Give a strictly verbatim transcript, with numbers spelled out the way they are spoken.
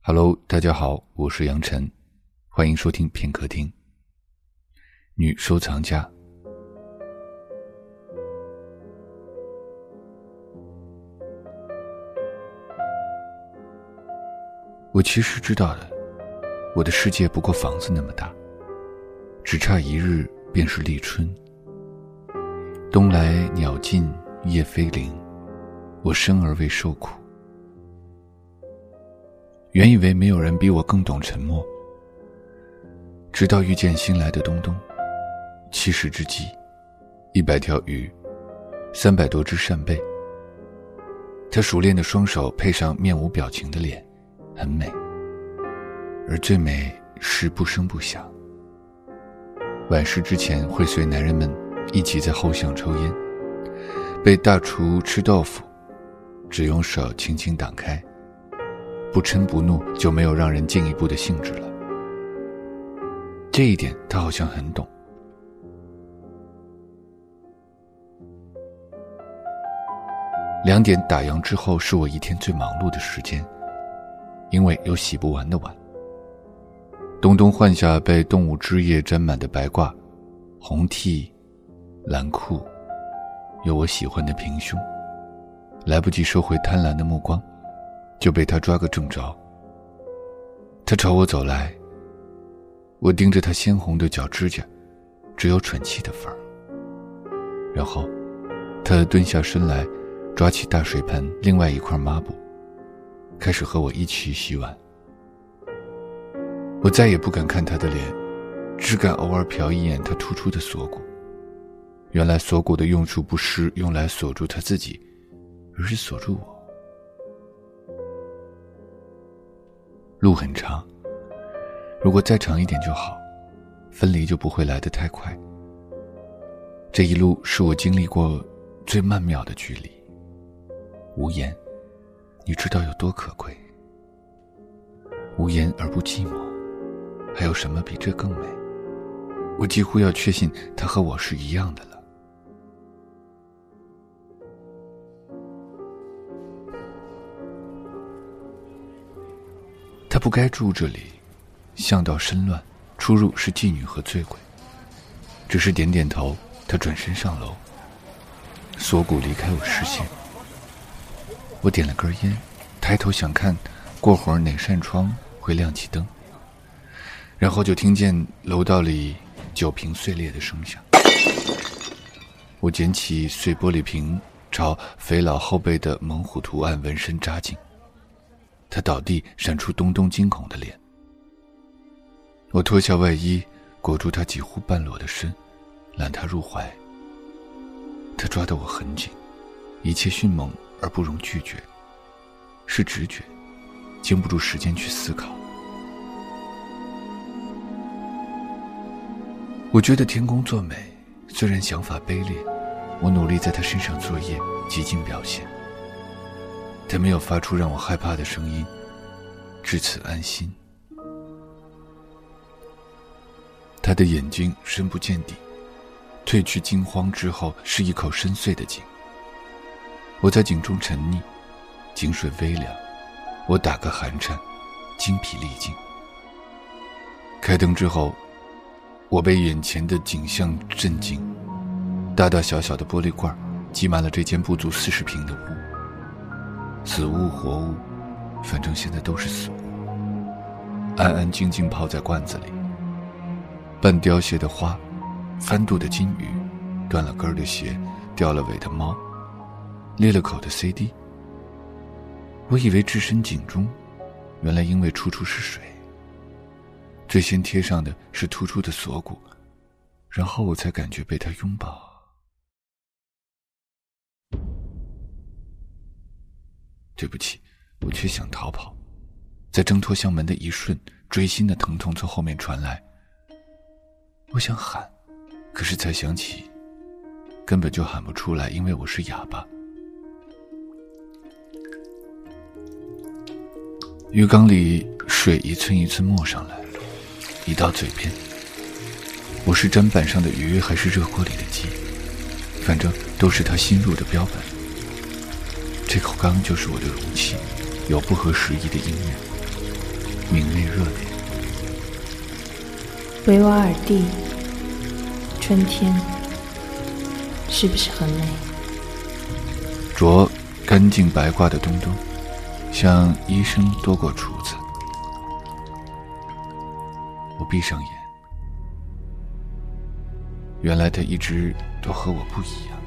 Hello， 大家好，我是杨晨，欢迎收听片刻听。女收藏家。我其实知道的，我的世界不过房子那么大，只差一日便是立春。冬来鸟尽叶飞零，我生而未受苦。原以为没有人比我更懂沉默，直到遇见新来的东东。七十只鸡，一百条鱼，三百多只扇贝。他熟练的双手配上面无表情的脸，很美。而最美是不声不响。晚市之前会随男人们一起在后巷抽烟，被大厨吃豆腐，只用手轻轻挡开，不嗔不怒就没有让人进一步的兴致了。这一点他好像很懂。两点打烊之后是我一天最忙碌的时间，因为有洗不完的碗。东东换下被动物汁液沾满的白褂，红 T 蓝裤，有我喜欢的平胸，来不及收回贪婪的目光，就被他抓个正着。他朝我走来，我盯着他鲜红的脚指甲，只有喘气的份儿。然后他蹲下身来，抓起大水盆另外一块抹布，开始和我一起洗碗。我再也不敢看他的脸，只敢偶尔瞟一眼他突出的锁骨。原来锁骨的用处不是用来锁住他自己，而是锁住我。路很长，如果再长一点就好，分离就不会来得太快。这一路是我经历过最曼妙的距离。无言，你知道有多可贵？无言而不寂寞，还有什么比这更美？我几乎要确信他和我是一样的了。他不该住这里，巷道深乱，出入是妓女和醉鬼。只是点点头，他转身上楼，锁骨离开我视线。我点了根烟，抬头想看过会儿哪扇窗会亮起灯，然后就听见楼道里酒瓶碎裂的声响。我捡起碎玻璃瓶，朝肥佬后背的猛虎图案纹身扎进。他倒地，闪出东东惊恐的脸。我脱下外衣，裹住他几乎半裸的身，揽他入怀。他抓得我很紧，一切迅猛而不容拒绝，是直觉，经不住时间去思考。我觉得天公作美，虽然想法卑劣，我努力在他身上作业，极尽表现。他没有发出让我害怕的声音，至此安心。他的眼睛深不见底，褪去惊慌之后是一口深邃的井。我在井中沉溺，井水微凉，我打个寒颤，精疲力尽。开灯之后，我被眼前的景象震惊。大大小小的玻璃罐挤满了这间不足四十平的屋，死物活物，反正现在都是死物，安安静静泡在罐子里。半凋谢的花，翻肚的金鱼，断了根的鞋，掉了尾的猫，裂了口的 C D。 我以为置身井中，原来因为处处是水。最先贴上的是突出的锁骨，然后我才感觉被他拥抱。对不起，我却想逃跑。在挣脱巷门的一瞬，锥心的疼痛从后面传来。我想喊，可是才想起根本就喊不出来，因为我是哑巴。鱼缸里水一寸一寸没上来，移到嘴边。我是砧板上的鱼还是热锅里的鸡，反正都是他新入的标本。这口缸就是我的容器，有不合时宜的音乐。 维瓦尔第，春天，是不是很美？ 着干净白褂的东东，像医生多过厨子。我闭上眼，原来他一直都和我不一样。